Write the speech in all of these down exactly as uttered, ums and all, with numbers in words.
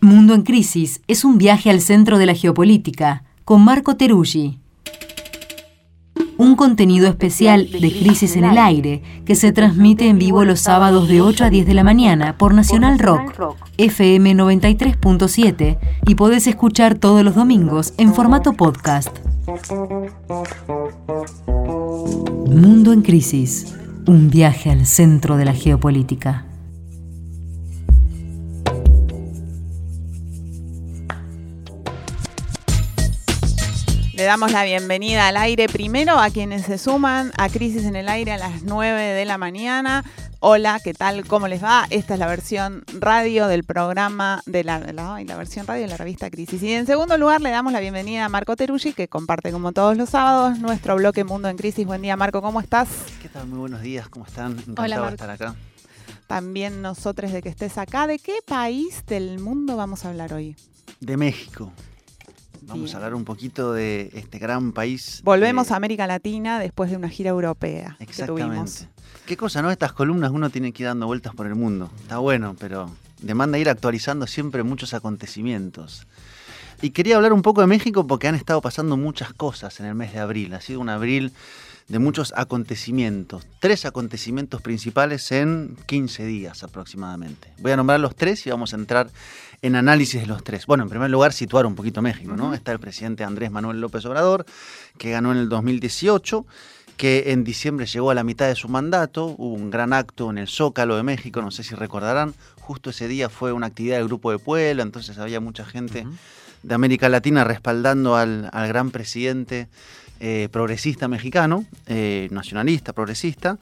Mundo en Crisis es un viaje al centro de la geopolítica con Marco Teruggi. Un contenido especial de Crisis en el Aire que se transmite en vivo los sábados de ocho a diez de la mañana por Nacional Rock, F M noventa y tres punto siete, y podés escuchar todos los domingos en formato podcast. Mundo en Crisis, un viaje al centro de la geopolítica. Le damos la bienvenida al aire primero a quienes se suman a Crisis en el Aire a las nueve de la mañana. Hola, ¿qué tal? ¿Cómo les va? Esta es la versión radio del programa de la, la, la versión radio de la revista Crisis. Y en segundo lugar le damos la bienvenida a Marco Teruggi, que comparte como todos los sábados nuestro bloque Mundo en Crisis. Buen día, Marco, ¿cómo estás? ¿Qué tal? Muy buenos días, ¿cómo están? Encantado Hola, de estar acá. También nosotros de que estés acá. ¿De qué país del mundo vamos a hablar hoy? De México. Vamos Bien. a hablar un poquito de este gran país. Volvemos de... a América Latina después de una gira europea. Exactamente. Qué cosa, ¿no? Estas columnas uno tiene que ir dando vueltas por el mundo. Está bueno, pero demanda ir actualizando siempre muchos acontecimientos. Y quería hablar un poco de México porque han estado pasando muchas cosas en el mes de abril. Ha sido un abril de muchos acontecimientos. Tres acontecimientos principales en quince días aproximadamente. Voy a nombrar los tres y vamos a entrar en análisis de los tres. Bueno, en primer lugar, situar un poquito México, ¿no? Uh-huh. Está el presidente Andrés Manuel López Obrador, que ganó en el dos mil dieciocho, que en diciembre llegó a la mitad de su mandato. Hubo un gran acto en el Zócalo de México, no sé si recordarán. Justo ese día fue una actividad del Grupo de Puebla, entonces había mucha gente uh-huh. de América Latina respaldando al, al gran presidente eh, progresista mexicano, eh, nacionalista, progresista.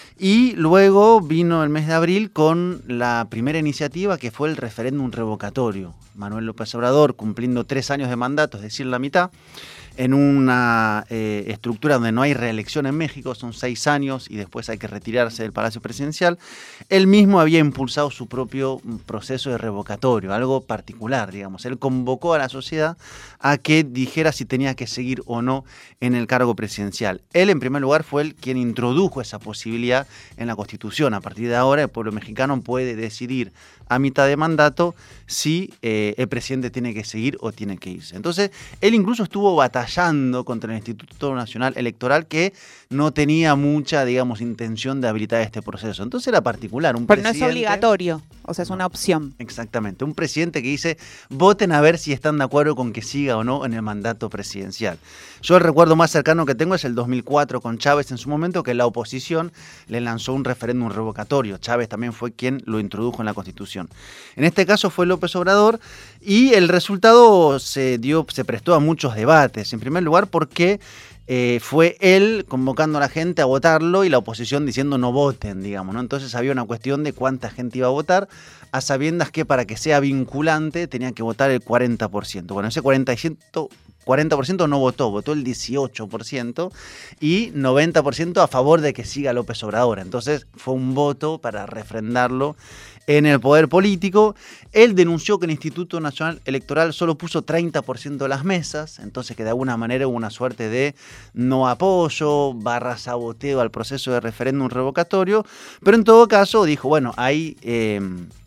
Y luego vino el mes de abril con la primera iniciativa, que fue el referéndum revocatorio. Manuel López Obrador, cumpliendo tres años de mandato, es decir, la mitad, en una eh, estructura donde no hay reelección en México, son seis años y después hay que retirarse del Palacio Presidencial. Él mismo había impulsado su propio proceso de revocatorio, algo particular, digamos. Él convocó a la sociedad a que dijera si tenía que seguir o no en el cargo presidencial. Él, en primer lugar, fue el quien introdujo esa posibilidad en la Constitución. A partir de ahora, el pueblo mexicano puede decidir a mitad de mandato si eh, el presidente tiene que seguir o tiene que irse. Entonces, él incluso estuvo batallando contra el Instituto Nacional Electoral, que no tenía mucha, digamos, intención de habilitar este proceso. Entonces era particular. Un Pero presidente... no es obligatorio, o sea, es no, una opción. Exactamente. Un presidente que dice, voten a ver si están de acuerdo con que siga o no en el mandato presidencial. Yo el recuerdo más cercano que tengo es el dos mil cuatro con Chávez en su momento, que la oposición le lanzó un referéndum revocatorio. Chávez también fue quien lo introdujo en la Constitución. En este caso fue López Obrador y el resultado se dio, se prestó a muchos debates. En primer lugar, porque eh, fue él convocando a la gente a votarlo y la oposición diciendo no voten, digamos, ¿no? Entonces había una cuestión de cuánta gente iba a votar, a sabiendas que para que sea vinculante tenía que votar el cuarenta por ciento. Bueno, ese cuarenta por ciento cuarenta por ciento no votó, votó el dieciocho por ciento y noventa por ciento a favor de que siga López Obrador. Entonces fue un voto para refrendarlo en el poder político. Él denunció que el Instituto Nacional Electoral solo puso treinta por ciento de las mesas, entonces que de alguna manera hubo una suerte de no apoyo, barra saboteo al proceso de referéndum revocatorio, pero en todo caso dijo, bueno, hay... Eh,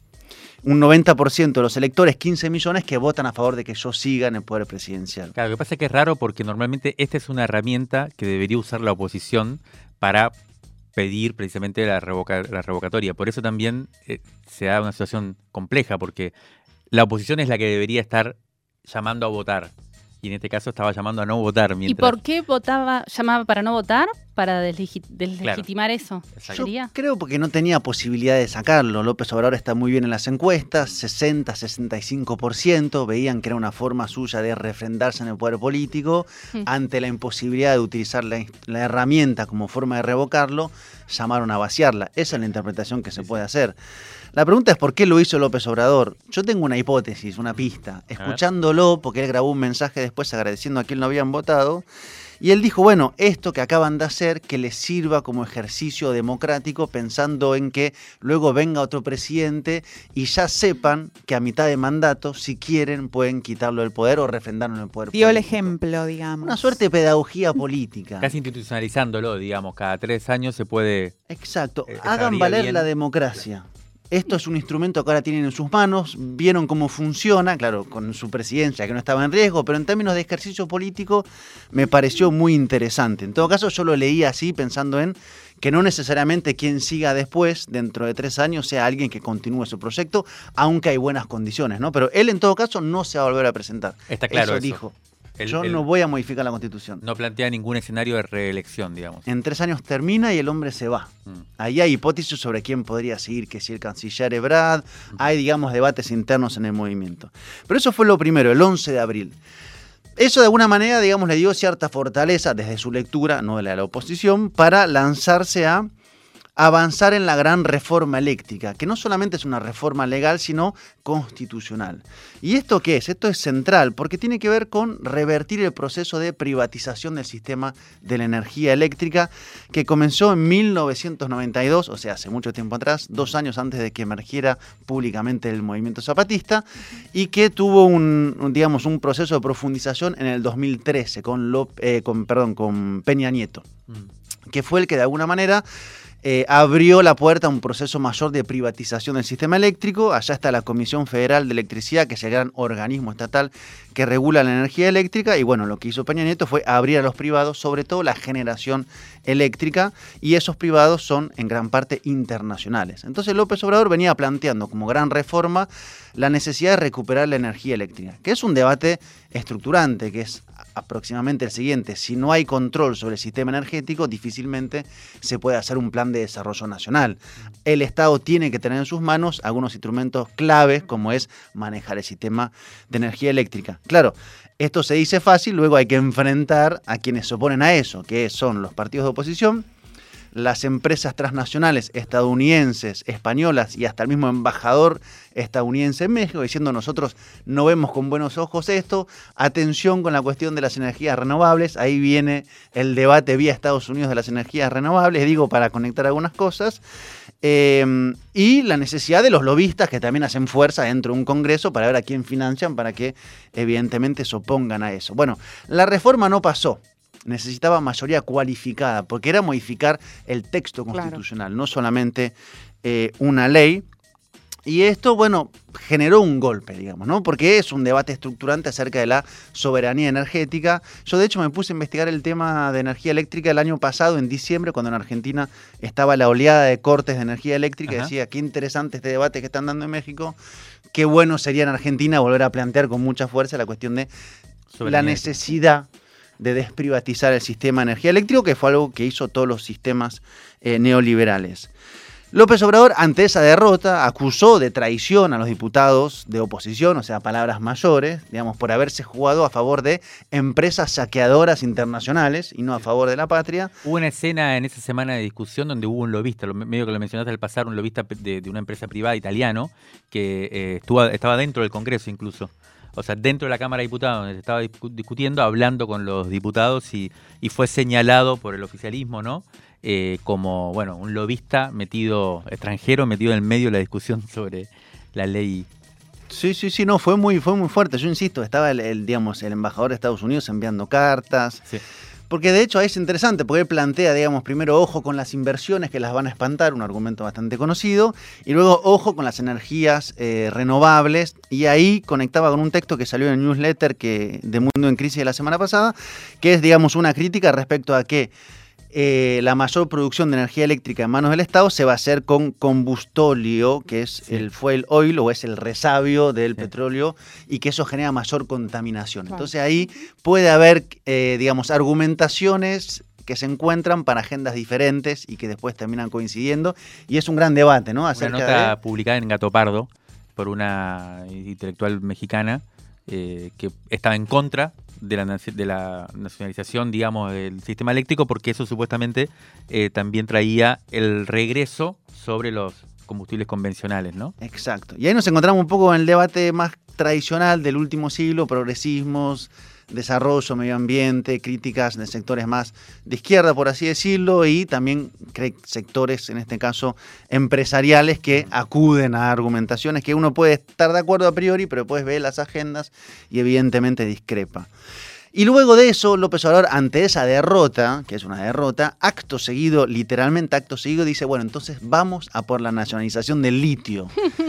un noventa por ciento de los electores, quince millones, que votan a favor de que yo siga en el poder presidencial. Claro, lo que pasa es que es raro porque normalmente esta es una herramienta que debería usar la oposición para pedir precisamente la, revoca, la revocatoria. Por eso también eh, se da una situación compleja, porque la oposición es la que debería estar llamando a votar. Y en este caso estaba llamando a no votar. Mientras... ¿Y por qué votaba, llamaba para no votar? Para deslegit- deslegitimar claro. eso. ¿Sería? Yo creo porque no tenía posibilidad de sacarlo. López Obrador está muy bien en las encuestas, sesenta, sesenta y cinco por ciento. Veían que era una forma suya de refrendarse en el poder político. Mm. Ante la imposibilidad de utilizar la, la herramienta como forma de revocarlo, llamaron a vaciarla. Esa es la interpretación que se puede hacer. La pregunta es por qué lo hizo López Obrador. Yo tengo una hipótesis, una pista. Escuchándolo, porque él grabó un mensaje después agradeciendo a quien lo habían votado, y él dijo, bueno, esto que acaban de hacer, que les sirva como ejercicio democrático, pensando en que luego venga otro presidente y ya sepan que a mitad de mandato, si quieren, pueden quitarlo del poder o refrendarlo en el poder Dio político. el ejemplo, digamos. Una suerte de pedagogía política. Casi institucionalizándolo, digamos, cada tres años se puede... Exacto, eh, hagan valer bien. la democracia. esto es un instrumento que ahora tienen en sus manos, vieron cómo funciona, claro, con su presidencia que no estaba en riesgo, pero en términos de ejercicio político me pareció muy interesante. En todo caso, yo lo leí así pensando en que no necesariamente quien siga después, dentro de tres años, sea alguien que continúe su proyecto, aunque hay buenas condiciones, ¿no? Pero él en todo caso no se va a volver a presentar. Está claro eso, eso. dijo. El, Yo el, no voy a modificar la Constitución. No plantea ningún escenario de reelección, digamos. En tres años termina y el hombre se va. Mm. Ahí hay hipótesis sobre quién podría seguir, que si el canciller Ebrard, mm. hay, digamos, debates internos en el movimiento. Pero eso fue lo primero, el once de abril. Eso de alguna manera, digamos, le dio cierta fortaleza desde su lectura, no de la de la oposición, para lanzarse a avanzar en la gran reforma eléctrica, que no solamente es una reforma legal, sino constitucional. ¿Y esto qué es? Esto es central, porque tiene que ver con revertir el proceso de privatización del sistema de la energía eléctrica, que comenzó en mil novecientos noventa y dos, o sea, hace mucho tiempo atrás, dos años antes de que emergiera públicamente el movimiento zapatista, y que tuvo un, un digamos, un proceso de profundización en el dos mil trece, con, Lop, eh, con, perdón, con Peña Nieto, mm. que fue el que de alguna manera Eh, abrió la puerta a un proceso mayor de privatización del sistema eléctrico. Allá está la Comisión Federal de Electricidad, que es el gran organismo estatal que regula la energía eléctrica, y bueno, lo que hizo Peña Nieto fue abrir a los privados, sobre todo la generación eléctrica, y esos privados son en gran parte internacionales. Entonces López Obrador venía planteando como gran reforma la necesidad de recuperar la energía eléctrica, que es un debate estructurante, que es aproximadamente el siguiente: si no hay control sobre el sistema energético, difícilmente se puede hacer un plan de desarrollo nacional. El Estado tiene que tener en sus manos algunos instrumentos claves, como es manejar el sistema de energía eléctrica. Claro, esto se dice fácil, luego hay que enfrentar a quienes se oponen a eso, que son los partidos de oposición, las empresas transnacionales estadounidenses, españolas y hasta el mismo embajador estadounidense en México, diciendo: nosotros no vemos con buenos ojos esto, atención con la cuestión de las energías renovables. Ahí viene el debate vía Estados Unidos de las energías renovables, digo, para conectar algunas cosas, eh, y la necesidad de los lobistas, que también hacen fuerza dentro de un congreso para ver a quién financian, para que evidentemente se opongan a eso. Bueno, la reforma no pasó. Necesitaba mayoría cualificada, porque era modificar el texto constitucional, claro, no solamente eh, una ley. Y esto, bueno, generó un golpe, digamos, ¿no? Porque es un debate estructurante acerca de la soberanía energética. Yo, de hecho, me puse a investigar el tema de energía eléctrica el año pasado, en diciembre, cuando en Argentina estaba la oleada de cortes de energía eléctrica. Ajá. Decía: qué interesante este debate que están dando en México. Qué bueno sería en Argentina volver a plantear con mucha fuerza la cuestión de soberanía, la necesidad de desprivatizar el sistema de energía eléctrica, que fue algo que hizo todos los sistemas eh, neoliberales. López Obrador, ante esa derrota, acusó de traición a los diputados de oposición, o sea, palabras mayores, digamos, por haberse jugado a favor de empresas saqueadoras internacionales y no a favor de la patria. Hubo una escena en esa semana de discusión donde hubo un lobista, medio que lo mencionaste al pasar, un lobista de, de una empresa privada italiano que eh, estuvo, estaba dentro del Congreso incluso. O sea, dentro de la Cámara de Diputados, donde se estaba discutiendo, hablando con los diputados, y, y fue señalado por el oficialismo, ¿no? Eh, como, bueno, un lobista metido, extranjero, metido en el medio de la discusión sobre la ley. Sí, sí, sí, no, fue muy, fue muy fuerte. Yo insisto, estaba el, el, digamos, el embajador de Estados Unidos enviando cartas. Sí. Porque de hecho ahí es interesante, porque él plantea, digamos, primero ojo con las inversiones que las van a espantar, un argumento bastante conocido, y luego ojo con las energías eh, renovables, y ahí conectaba con un texto que salió en el newsletter que, de Mundo en Crisis de la semana pasada, que es, digamos, una crítica respecto a que Eh, la mayor producción de energía eléctrica en manos del Estado se va a hacer con combustóleo, que es sí. el fuel oil, o es el resabio del sí. petróleo, y que eso genera mayor contaminación. Claro. Entonces ahí puede haber, eh, digamos, argumentaciones que se encuentran para agendas diferentes y que después terminan coincidiendo, y es un gran debate, ¿no? Acerca una nota de... publicada en Gato Pardo por una intelectual mexicana eh, que estaba en contra de la, de la nacionalización, digamos, del sistema eléctrico, porque eso supuestamente eh, también traía el regreso sobre los combustibles convencionales, ¿no? Exacto. Y ahí nos encontramos un poco en el debate más tradicional del último siglo: progresismos, desarrollo, medio ambiente, críticas de sectores más de izquierda, por así decirlo, y también sectores, en este caso, empresariales, que acuden a argumentaciones que uno puede estar de acuerdo a priori, pero después ve las agendas y evidentemente discrepa. Y luego de eso, López Obrador, ante esa derrota, que es una derrota, acto seguido, literalmente acto seguido, dice, bueno, entonces vamos a por la nacionalización del litio.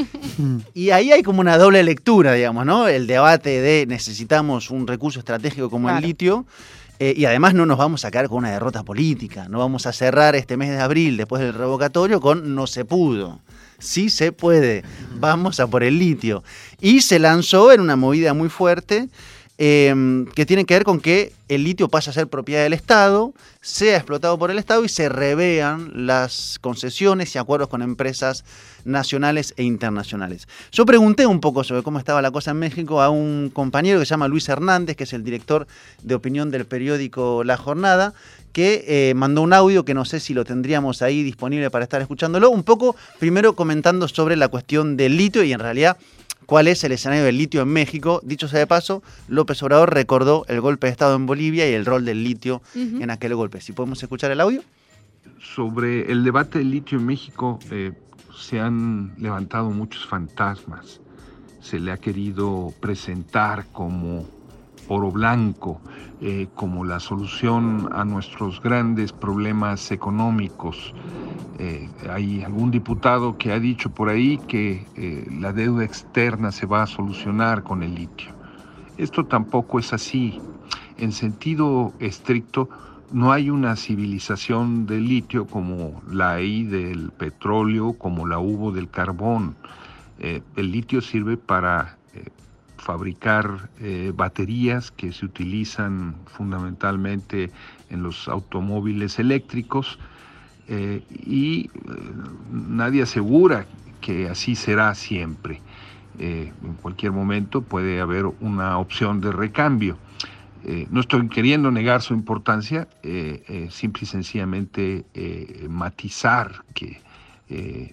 Y ahí hay como una doble lectura, digamos, ¿no? El debate de necesitamos un recurso estratégico como Claro. el litio, eh, y además no nos vamos a quedar con una derrota política, no vamos a cerrar este mes de abril después del revocatorio con no se pudo. Sí se puede, vamos a por el litio. Y se lanzó en una movida muy fuerte, Eh, que tiene que ver con que el litio pasa a ser propiedad del Estado, sea explotado por el Estado y se revean las concesiones y acuerdos con empresas nacionales e internacionales. Yo pregunté un poco sobre cómo estaba la cosa en México a un compañero que se llama Luis Hernández, que es el director de opinión del periódico La Jornada, que eh, mandó un audio que no sé si lo tendríamos ahí disponible para estar escuchándolo, un poco primero comentando sobre la cuestión del litio y en realidad cuál es el escenario del litio en México. Dicho sea de paso, López Obrador recordó el golpe de Estado en Bolivia y el rol del litio uh-huh. en aquel golpe. Si podemos escuchar el audio. Sobre el debate del litio en México eh, se han levantado muchos fantasmas. Se le ha querido presentar como oro blanco, eh, como la solución a nuestros grandes problemas económicos. Eh, hay algún diputado que ha dicho por ahí que eh, la deuda externa se va a solucionar con el litio. Esto tampoco es así. En sentido estricto, no hay una civilización del litio como la hay del petróleo, como la hubo del carbón. Eh, el litio sirve para eh, fabricar eh, baterías que se utilizan fundamentalmente en los automóviles eléctricos. Eh, y eh, nadie asegura que así será siempre. Eh, en cualquier momento puede haber una opción de recambio. Eh, no estoy queriendo negar su importancia, eh, eh, simple y sencillamente eh, matizar que eh,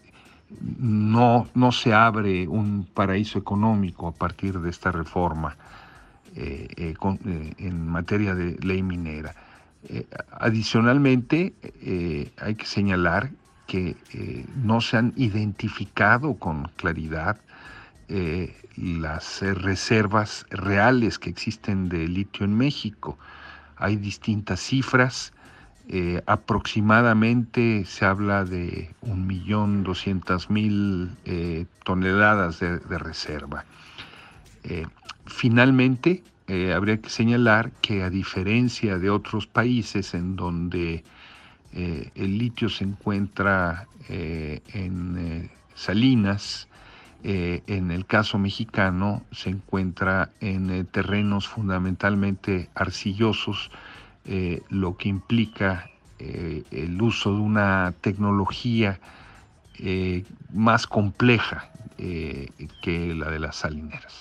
no, no se abre un paraíso económico a partir de esta reforma eh, eh, con, eh, en materia de ley minera. Eh, adicionalmente, eh, hay que señalar que eh, no se han identificado con claridad eh, las eh, reservas reales que existen de litio en México. Hay distintas cifras, eh, aproximadamente se habla de un millón doscientas mil eh, toneladas de, de reserva. Eh, finalmente, Eh, habría que señalar que a diferencia de otros países en donde eh, el litio se encuentra eh, en eh, salinas, eh, en el caso mexicano se encuentra en eh, terrenos fundamentalmente arcillosos, eh, lo que implica eh, el uso de una tecnología eh, más compleja eh, que la de las salineras.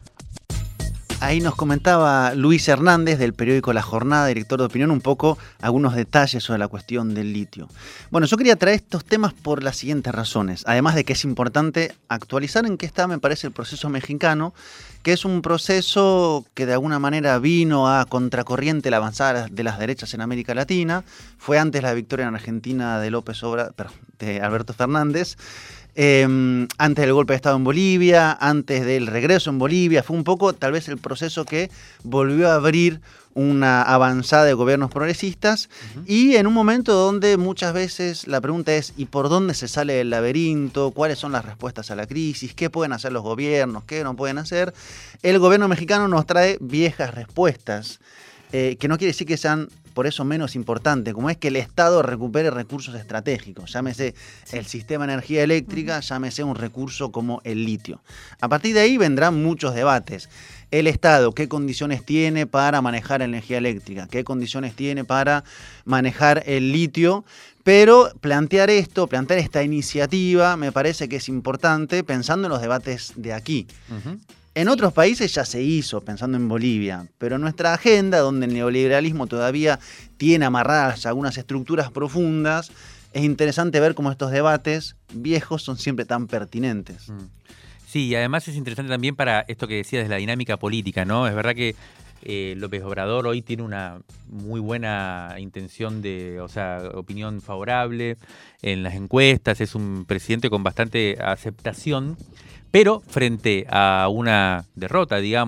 Ahí nos comentaba Luis Hernández del periódico La Jornada, director de opinión, un poco algunos detalles sobre la cuestión del litio. Bueno, yo quería traer estos temas por las siguientes razones. Además de que es importante actualizar en qué está, me parece, el proceso mexicano, que es un proceso que de alguna manera vino a contracorriente la avanzada de las derechas en América Latina. Fue antes la victoria en Argentina de López Obrador, perdón, de Alberto Fernández. Eh, antes del golpe de Estado en Bolivia, antes del regreso en Bolivia, fue un poco tal vez el proceso que volvió a abrir una avanzada de gobiernos progresistas uh-huh. y en un momento donde muchas veces la pregunta es ¿y por dónde se sale del laberinto? ¿Cuáles son las respuestas a la crisis? ¿Qué pueden hacer los gobiernos? ¿Qué no pueden hacer? El gobierno mexicano nos trae viejas respuestas, eh, que no quiere decir que sean por eso menos importante, como es que el Estado recupere recursos estratégicos, llámese el sistema de energía eléctrica, llámese un recurso como el litio. A partir de ahí vendrán muchos debates. El Estado, ¿qué condiciones tiene para manejar la energía eléctrica? ¿Qué condiciones tiene para manejar el litio? Pero plantear esto, plantear esta iniciativa, me parece que es importante pensando en los debates de aquí. Uh-huh. En otros países ya se hizo, pensando en Bolivia, pero en nuestra agenda, donde el neoliberalismo todavía tiene amarradas algunas estructuras profundas, es interesante ver cómo estos debates viejos son siempre tan pertinentes. Sí, y además es interesante también para esto que decías de la dinámica política, ¿no? Es verdad que eh, López Obrador hoy tiene una muy buena intención de, o sea, opinión favorable en las encuestas, es un presidente con bastante aceptación. Pero frente a una derrota, digamos,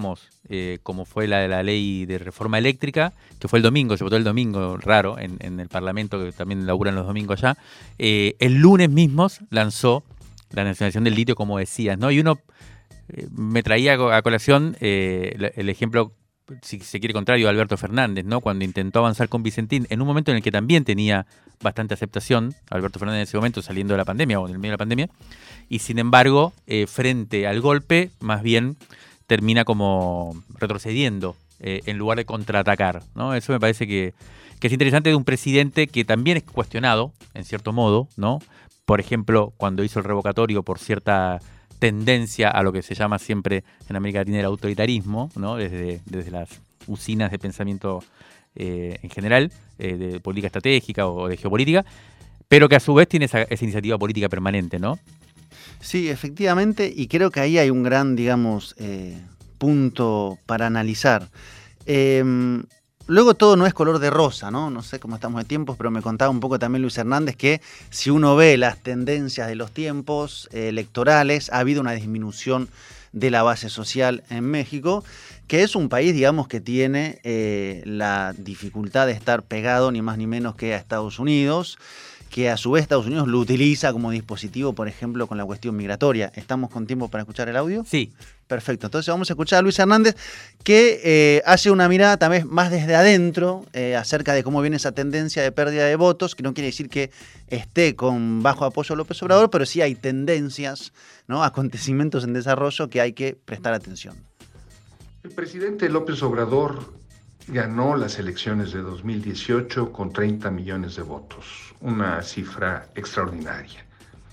eh, como fue la de la ley de reforma eléctrica, que fue el domingo, se votó el domingo, raro, en, en el Parlamento, que también laburan los domingos allá, eh, el lunes mismos lanzó la nacionalización del litio, como decías, ¿no? Y uno eh, me traía a colación eh, el ejemplo, si se quiere contrario, de Alberto Fernández, ¿no? Cuando intentó avanzar con Vicentín, en un momento en el que también tenía bastante aceptación, Alberto Fernández en ese momento saliendo de la pandemia o en el medio de la pandemia, y sin embargo, eh, frente al golpe, más bien termina como retrocediendo eh, en lugar de contraatacar, ¿no? Eso me parece que, que es interesante de un presidente que también es cuestionado, en cierto modo, ¿no? Por ejemplo, cuando hizo el revocatorio por cierta tendencia a lo que se llama siempre en América Latina el autoritarismo, ¿no? Desde, desde las usinas de pensamiento eh, en general, eh, de política estratégica o de geopolítica, pero que a su vez tiene esa, esa iniciativa política permanente, ¿no? Sí, efectivamente, y creo que ahí hay un gran, digamos, eh, punto para analizar. Eh, luego todo no es color de rosa, ¿no? No sé cómo estamos de tiempos, pero me contaba un poco también Luis Hernández que si uno ve las tendencias de los tiempos eh, electorales, ha habido una disminución de la base social en México, que es un país, digamos, que tiene eh, la dificultad de estar pegado ni más ni menos que a Estados Unidos, que a su vez Estados Unidos lo utiliza como dispositivo, por ejemplo, con la cuestión migratoria. ¿Estamos con tiempo para escuchar el audio? Sí. Perfecto. Entonces vamos a escuchar a Luis Hernández, que eh, hace una mirada también más desde adentro eh, acerca de cómo viene esa tendencia de pérdida de votos, que no quiere decir que esté con bajo apoyo a López Obrador, pero sí hay tendencias, ¿no? Acontecimientos en desarrollo que hay que prestar atención. El presidente López Obrador ganó las elecciones de dos mil dieciocho con treinta millones de votos, una cifra extraordinaria.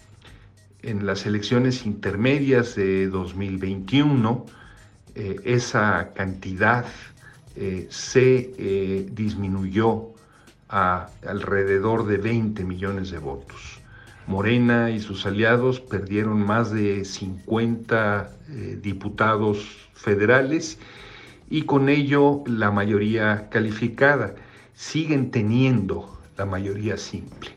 En las elecciones intermedias de dos mil veintiuno, eh, esa cantidad eh, se eh, disminuyó a alrededor de veinte millones de votos. Morena y sus aliados perdieron más de cincuenta eh, diputados federales y con ello la mayoría calificada. Siguen teniendo la mayoría simple.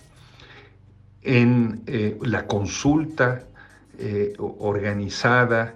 En eh, la consulta eh, organizada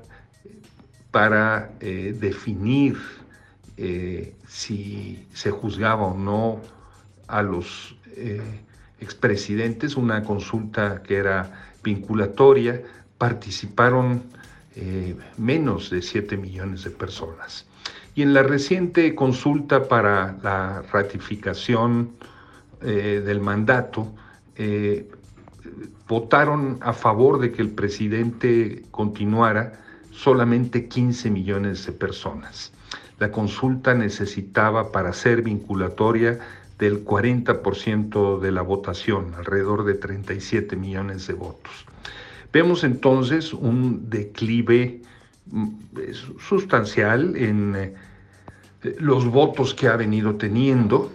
para eh, definir eh, si se juzgaba o no a los eh, expresidentes, una consulta que era vinculatoria, participaron eh, menos de siete millones de personas. Y en la reciente consulta para la ratificación eh, del mandato, eh, votaron a favor de que el presidente continuara solamente quince millones de personas. La consulta necesitaba, para ser vinculatoria, del cuarenta por ciento de la votación, alrededor de treinta y siete millones de votos. Vemos entonces un declive sustancial en eh, los votos que ha venido teniendo.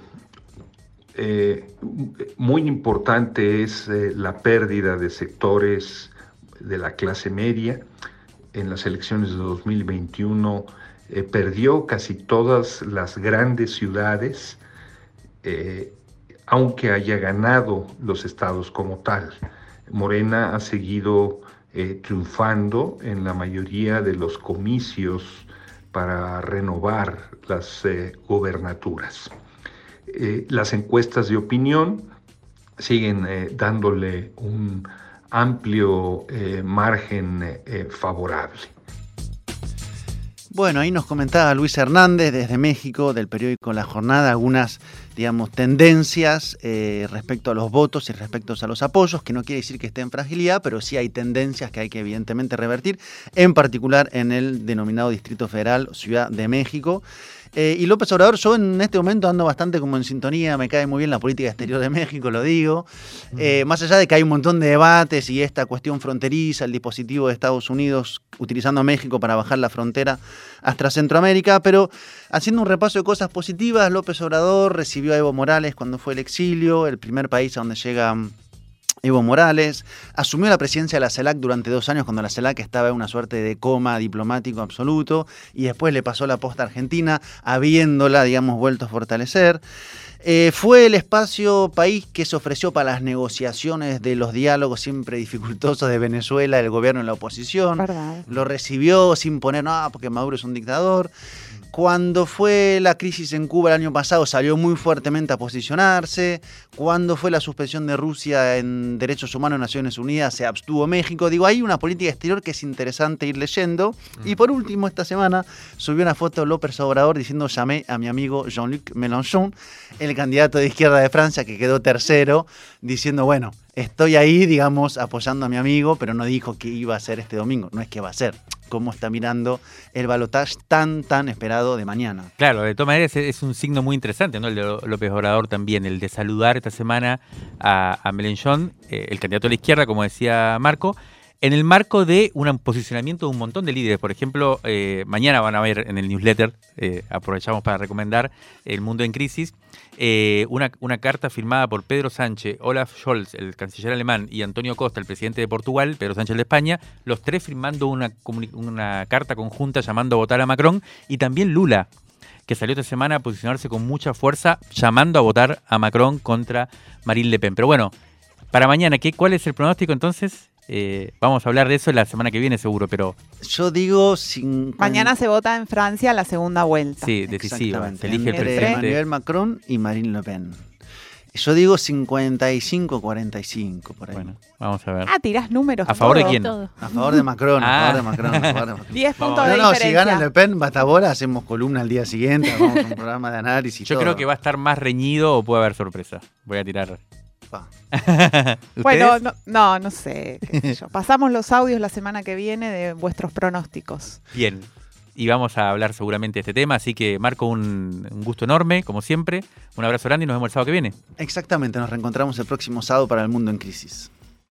Eh, muy importante es eh, la pérdida de sectores de la clase media. En las elecciones de dos mil veintiuno eh, perdió casi todas las grandes ciudades, eh, aunque haya ganado los estados como tal. Morena ha seguido eh, triunfando en la mayoría de los comicios para renovar las eh, gobernaturas. Eh, las encuestas de opinión siguen eh, dándole un amplio eh, margen eh, favorable. Bueno, ahí nos comentaba Luis Hernández desde México, del periódico La Jornada, algunas, digamos, tendencias eh, respecto a los votos y respecto a los apoyos, que no quiere decir que esté en fragilidad, pero sí hay tendencias que hay que evidentemente revertir, en particular en el denominado Distrito Federal, Ciudad de México. Eh, y López Obrador, yo en este momento ando bastante como en sintonía, me cae muy bien la política exterior de México, lo digo, eh, más allá de que hay un montón de debates y esta cuestión fronteriza, el dispositivo de Estados Unidos utilizando a México para bajar la frontera hasta Centroamérica, pero haciendo un repaso de cosas positivas, López Obrador recibió a Evo Morales cuando fue el exilio, el primer país a donde llega Evo Morales, asumió la presidencia de la CELAC durante dos años cuando la CELAC estaba en una suerte de coma diplomático absoluto y después le pasó la posta a Argentina, habiéndola, digamos, vuelto a fortalecer. Eh, fue el espacio país que se ofreció para las negociaciones de los diálogos siempre dificultosos de Venezuela, el gobierno y la oposición. ¿Verdad? Lo recibió sin poner, no, porque Maduro es un dictador. Cuando fue la crisis en Cuba el año pasado salió muy fuertemente a posicionarse. Cuando fue la suspensión de Rusia en Derechos Humanos en Naciones Unidas se abstuvo México. Digo, hay una política exterior que es interesante ir leyendo. Mm. Y por último, esta semana subió una foto de López Obrador diciendo llamé a mi amigo Jean-Luc Mélenchon, el candidato de izquierda de Francia que quedó tercero, diciendo, bueno, estoy ahí, digamos, apoyando a mi amigo, pero no dijo qué iba a hacer este domingo. No es qué va a hacer. Cómo está mirando el balotaje tan, tan esperado de mañana. Claro, de todas maneras es, es un signo muy interesante, ¿no? El de López Obrador también, el de saludar esta semana a, a Mélenchon, eh, el candidato de la izquierda, como decía Marco, en el marco de un posicionamiento de un montón de líderes. Por ejemplo, eh, mañana van a ver en el newsletter, eh, aprovechamos para recomendar El Mundo en Crisis, eh, una, una carta firmada por Pedro Sánchez, Olaf Scholz, el canciller alemán, y Antonio Costa, el presidente de Portugal, Pedro Sánchez de España, los tres firmando una, una carta conjunta llamando a votar a Macron, y también Lula, que salió esta semana a posicionarse con mucha fuerza, llamando a votar a Macron contra Marine Le Pen. Pero bueno, para mañana, ¿qué, ¿cuál es el pronóstico entonces? Eh, vamos a hablar de eso la semana que viene seguro, pero... Yo digo... cincuenta Mañana se vota en Francia la segunda vuelta. Sí, decisiva. Se elige el entre presidente. Emmanuel Macron y Marine Le Pen. Yo digo cincuenta y cinco cuarenta y cinco por ahí. Bueno, vamos a ver. Ah, tirás números. ¿A favor todo. de quién? Todo. A favor de Macron, Ah. a favor de Macron, a favor de Macron. diez puntos No, de no, diferencia. si gana Le Pen, Batabora, hacemos columna al día siguiente, vamos a un programa de análisis. Yo todo. creo que va a estar más reñido o puede haber sorpresa. Voy a tirar... Pa. Bueno, ¿Ustedes? no, no, no sé, qué sé yo. Pasamos los audios la semana que viene de vuestros pronósticos. Bien. Y vamos a hablar seguramente de este tema, así que Marco, un, un gusto enorme, como siempre. Un abrazo grande y nos vemos el sábado que viene. Exactamente, nos reencontramos el próximo sábado para El Mundo en Crisis.